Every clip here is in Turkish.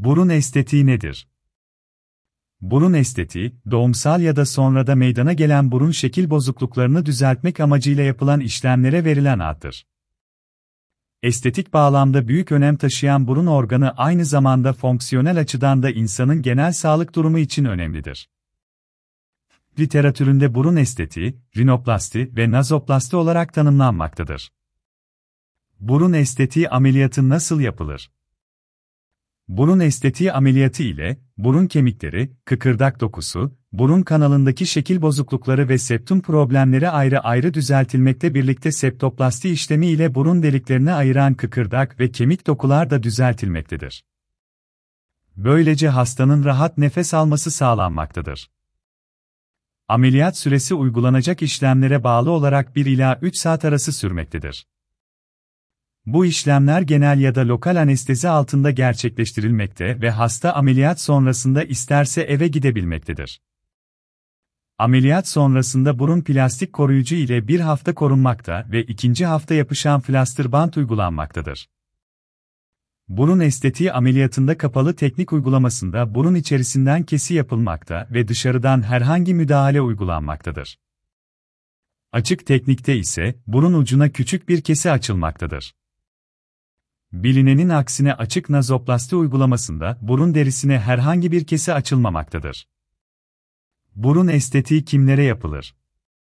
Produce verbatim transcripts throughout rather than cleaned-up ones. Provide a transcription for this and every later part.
Burun estetiği nedir? Burun estetiği, doğumsal ya da sonrada meydana gelen burun şekil bozukluklarını düzeltmek amacıyla yapılan işlemlere verilen addır. Estetik bağlamda büyük önem taşıyan burun organı aynı zamanda fonksiyonel açıdan da insanın genel sağlık durumu için önemlidir. Literatüründe burun estetiği, rinoplasti ve nazoplasti olarak tanımlanmaktadır. Burun estetiği ameliyatı nasıl yapılır? Burun estetiği ameliyatı ile, burun kemikleri, kıkırdak dokusu, burun kanalındaki şekil bozuklukları ve septum problemleri ayrı ayrı düzeltilmekle birlikte septoplasti işlemi ile burun deliklerini ayıran kıkırdak ve kemik dokular da düzeltilmektedir. Böylece hastanın rahat nefes alması sağlanmaktadır. Ameliyat süresi uygulanacak işlemlere bağlı olarak bir ila üç saat arası sürmektedir. Bu işlemler genel ya da lokal anestezi altında gerçekleştirilmekte ve hasta ameliyat sonrasında isterse eve gidebilmektedir. Ameliyat sonrasında burun plastik koruyucu ile bir hafta korunmakta ve ikinci hafta yapışan flaster bant uygulanmaktadır. Burun estetiği ameliyatında kapalı teknik uygulamasında burun içerisinden kesi yapılmakta ve dışarıdan herhangi müdahale uygulanmaktadır. Açık teknikte ise burun ucuna küçük bir kesi açılmaktadır. Bilinenin aksine açık nazoplasti uygulamasında burun derisine herhangi bir kesi açılmamaktadır. Burun estetiği kimlere yapılır?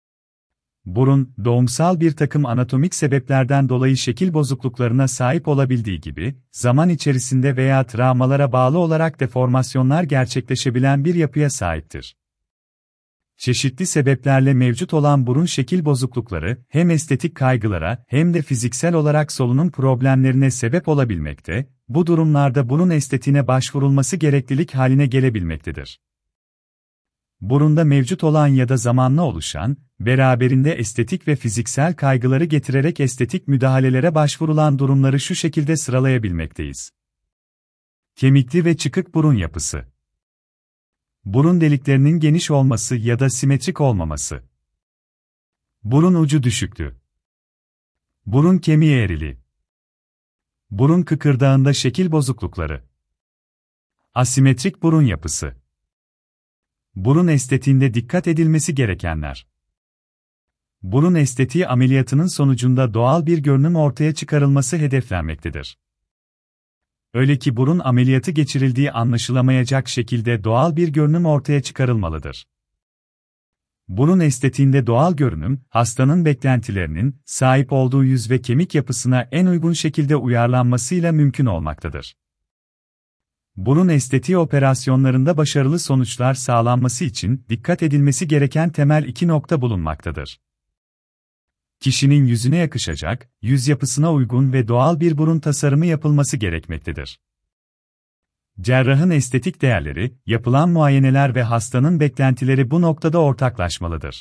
Burun, doğumsal bir takım anatomik sebeplerden dolayı şekil bozukluklarına sahip olabildiği gibi, zaman içerisinde veya travmalara bağlı olarak deformasyonlar gerçekleşebilen bir yapıya sahiptir. Çeşitli sebeplerle mevcut olan burun şekil bozuklukları, hem estetik kaygılara hem de fiziksel olarak solunum problemlerine sebep olabilmekte, bu durumlarda burun estetiğine başvurulması gereklilik haline gelebilmektedir. Burunda mevcut olan ya da zamanla oluşan, beraberinde estetik ve fiziksel kaygıları getirerek estetik müdahalelere başvurulan durumları şu şekilde sıralayabilmekteyiz. Kemikli ve çıkık burun yapısı. Burun deliklerinin geniş olması ya da simetrik olmaması. Burun ucu düşüklüğü. Burun kemiği eğriliği. Burun kıkırdağında şekil bozuklukları. Asimetrik burun yapısı. Burun estetiğinde dikkat edilmesi gerekenler. Burun estetiği ameliyatının sonucunda doğal bir görünüm ortaya çıkarılması hedeflenmektedir. Öyle ki burun ameliyatı geçirildiği anlaşılamayacak şekilde doğal bir görünüm ortaya çıkarılmalıdır. Burun estetiğinde doğal görünüm, hastanın beklentilerinin, sahip olduğu yüz ve kemik yapısına en uygun şekilde uyarlanmasıyla mümkün olmaktadır. Burun estetiği operasyonlarında başarılı sonuçlar sağlanması için dikkat edilmesi gereken temel iki nokta bulunmaktadır. Kişinin yüzüne yakışacak, yüz yapısına uygun ve doğal bir burun tasarımı yapılması gerekmektedir. Cerrahın estetik değerleri, yapılan muayeneler ve hastanın beklentileri bu noktada ortaklaşmalıdır.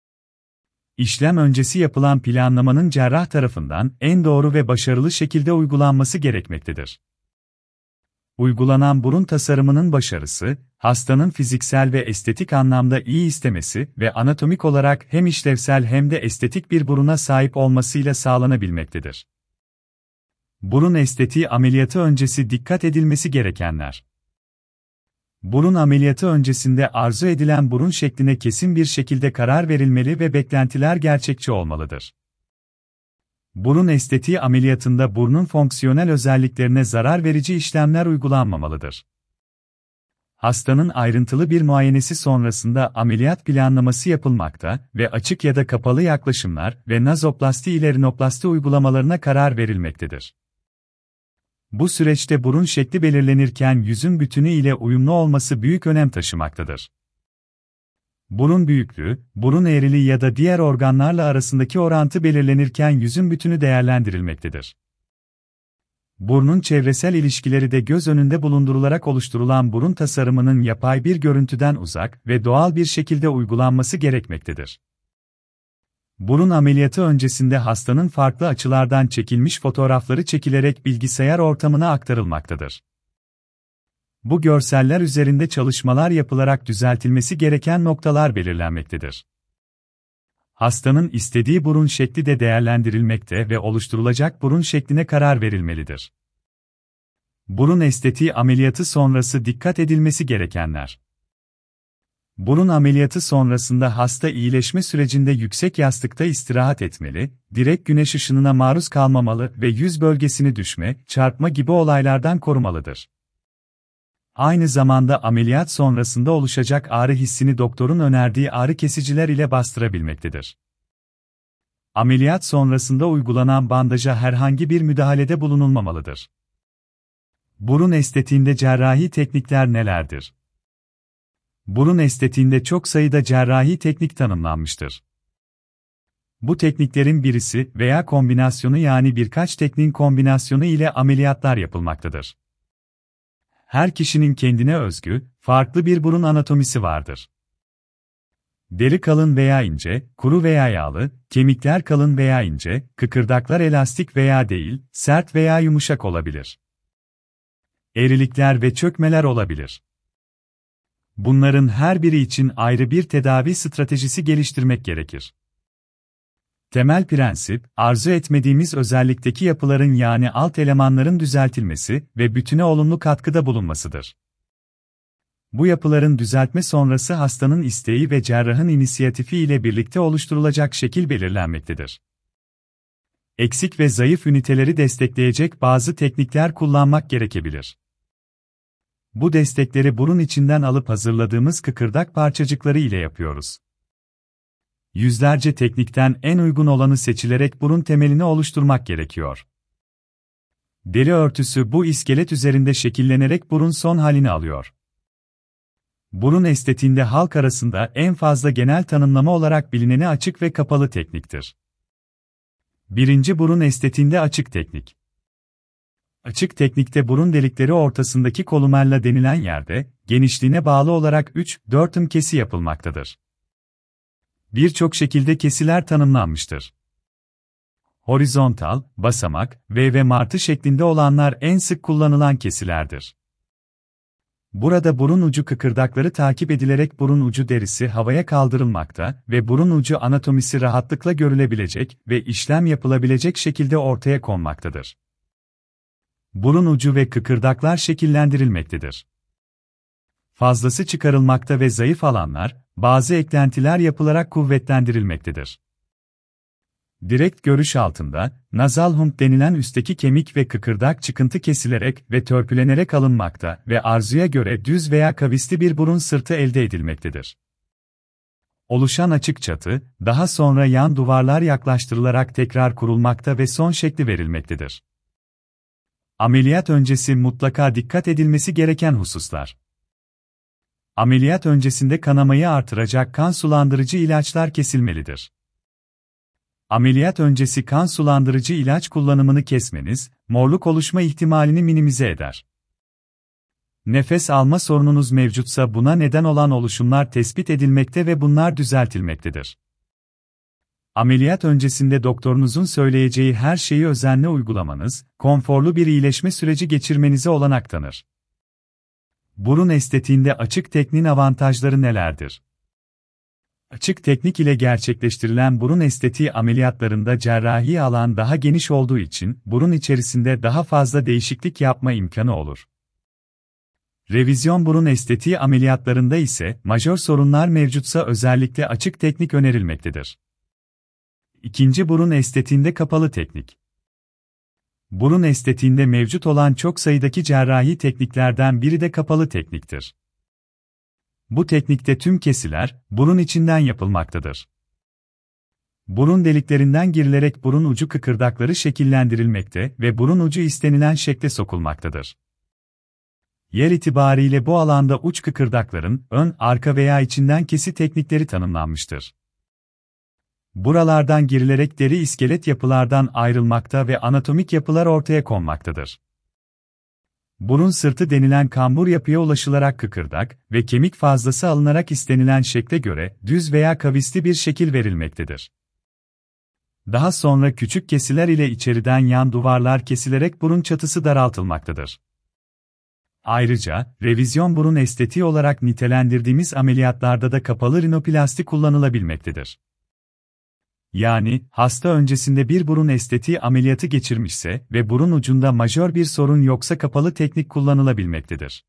İşlem öncesi yapılan planlamanın cerrah tarafından en doğru ve başarılı şekilde uygulanması gerekmektedir. Uygulanan burun tasarımının başarısı, hastanın fiziksel ve estetik anlamda iyi istemesi ve anatomik olarak hem işlevsel hem de estetik bir buruna sahip olmasıyla sağlanabilmektedir. Burun estetiği ameliyatı öncesi dikkat edilmesi gerekenler. Burun ameliyatı öncesinde arzu edilen burun şekline kesin bir şekilde karar verilmeli ve beklentiler gerçekçi olmalıdır. Burun estetiği ameliyatında burnun fonksiyonel özelliklerine zarar verici işlemler uygulanmamalıdır. Hastanın ayrıntılı bir muayenesi sonrasında ameliyat planlaması yapılmakta ve açık ya da kapalı yaklaşımlar ve nazoplasti ile rinoplasti uygulamalarına karar verilmektedir. Bu süreçte burun şekli belirlenirken yüzün bütünü ile uyumlu olması büyük önem taşımaktadır. Burun büyüklüğü, burun eğriliği ya da diğer organlarla arasındaki orantı belirlenirken yüzün bütünü değerlendirilmektedir. Burnun çevresel ilişkileri de göz önünde bulundurularak oluşturulan burun tasarımının yapay bir görüntüden uzak ve doğal bir şekilde uygulanması gerekmektedir. Burun ameliyatı öncesinde hastanın farklı açılardan çekilmiş fotoğrafları çekilerek bilgisayar ortamına aktarılmaktadır. Bu görseller üzerinde çalışmalar yapılarak düzeltilmesi gereken noktalar belirlenmektedir. Hastanın istediği burun şekli de değerlendirilmekte ve oluşturulacak burun şekline karar verilmelidir. Burun estetiği ameliyatı sonrası dikkat edilmesi gerekenler. Burun ameliyatı sonrasında hasta iyileşme sürecinde yüksek yastıkta istirahat etmeli, direkt güneş ışınına maruz kalmamalı ve yüz bölgesini düşme, çarpma gibi olaylardan korumalıdır. Aynı zamanda ameliyat sonrasında oluşacak ağrı hissini doktorun önerdiği ağrı kesiciler ile bastırabilmektedir. Ameliyat sonrasında uygulanan bandaja herhangi bir müdahalede bulunulmamalıdır. Burun estetiğinde cerrahi teknikler nelerdir? Burun estetiğinde çok sayıda cerrahi teknik tanımlanmıştır. Bu tekniklerin birisi veya kombinasyonu yani birkaç tekniğin kombinasyonu ile ameliyatlar yapılmaktadır. Her kişinin kendine özgü, farklı bir burun anatomisi vardır. Deri kalın veya ince, kuru veya yağlı, kemikler kalın veya ince, kıkırdaklar elastik veya değil, sert veya yumuşak olabilir. Eğrilikler ve çökmeler olabilir. Bunların her biri için ayrı bir tedavi stratejisi geliştirmek gerekir. Temel prensip, arzu etmediğimiz özellikteki yapıların yani alt elemanların düzeltilmesi ve bütüne olumlu katkıda bulunmasıdır. Bu yapıların düzeltme sonrası hastanın isteği ve cerrahın inisiyatifi ile birlikte oluşturulacak şekil belirlenmektedir. Eksik ve zayıf üniteleri destekleyecek bazı teknikler kullanmak gerekebilir. Bu destekleri burun içinden alıp hazırladığımız kıkırdak parçacıkları ile yapıyoruz. Yüzlerce teknikten en uygun olanı seçilerek burun temelini oluşturmak gerekiyor. Deri örtüsü bu iskelet üzerinde şekillenerek burun son halini alıyor. Burun estetiğinde halk arasında en fazla genel tanımlama olarak bilineni açık ve kapalı tekniktir. Birinci burun estetiğinde açık teknik. Açık teknikte burun delikleri ortasındaki kolumella denilen yerde, genişliğine bağlı olarak üç dört ım kesi yapılmaktadır. Birçok şekilde kesiler tanımlanmıştır. Horizontal, basamak, V ve martı şeklinde olanlar en sık kullanılan kesilerdir. Burada burun ucu kıkırdakları takip edilerek burun ucu derisi havaya kaldırılmakta ve burun ucu anatomisi rahatlıkla görülebilecek ve işlem yapılabilecek şekilde ortaya konmaktadır. Burun ucu ve kıkırdaklar şekillendirilmektedir. Fazlası çıkarılmakta ve zayıf alanlar, bazı eklentiler yapılarak kuvvetlendirilmektedir. Direkt görüş altında, nazal hump denilen üstteki kemik ve kıkırdak çıkıntı kesilerek ve törpülenerek alınmakta ve arzuya göre düz veya kavisli bir burun sırtı elde edilmektedir. Oluşan açık çatı, daha sonra yan duvarlar yaklaştırılarak tekrar kurulmakta ve son şekli verilmektedir. Ameliyat öncesi mutlaka dikkat edilmesi gereken hususlar. Ameliyat öncesinde kanamayı artıracak kan sulandırıcı ilaçlar kesilmelidir. Ameliyat öncesi kan sulandırıcı ilaç kullanımını kesmeniz, morluk oluşma ihtimalini minimize eder. Nefes alma sorununuz mevcutsa buna neden olan oluşumlar tespit edilmekte ve bunlar düzeltilmektedir. Ameliyat öncesinde doktorunuzun söyleyeceği her şeyi özenle uygulamanız, konforlu bir iyileşme süreci geçirmenize olanak tanır. Burun estetiğinde açık tekniğin avantajları nelerdir? Açık teknik ile gerçekleştirilen burun estetiği ameliyatlarında cerrahi alan daha geniş olduğu için, burun içerisinde daha fazla değişiklik yapma imkanı olur. Revizyon burun estetiği ameliyatlarında ise, majör sorunlar mevcutsa özellikle açık teknik önerilmektedir. İkinci burun estetiğinde kapalı teknik. Burun estetiğinde mevcut olan çok sayıdaki cerrahi tekniklerden biri de kapalı tekniktir. Bu teknikte tüm kesiler, burun içinden yapılmaktadır. Burun deliklerinden girilerek burun ucu kıkırdakları şekillendirilmekte ve burun ucu istenilen şekle sokulmaktadır. Yer itibariyle bu alanda uç kıkırdakların, ön, arka veya içinden kesi teknikleri tanımlanmıştır. Buralardan girilerek deri iskelet yapılardan ayrılmakta ve anatomik yapılar ortaya konmaktadır. Burun sırtı denilen kambur yapıya ulaşılarak kıkırdak ve kemik fazlası alınarak istenilen şekle göre düz veya kavisli bir şekil verilmektedir. Daha sonra küçük kesiler ile içeriden yan duvarlar kesilerek burun çatısı daraltılmaktadır. Ayrıca, revizyon burun estetiği olarak nitelendirdiğimiz ameliyatlarda da kapalı rinoplasti kullanılabilmektedir. Yani, hasta öncesinde bir burun estetiği ameliyatı geçirmişse ve burun ucunda majör bir sorun yoksa kapalı teknik kullanılabilmektedir.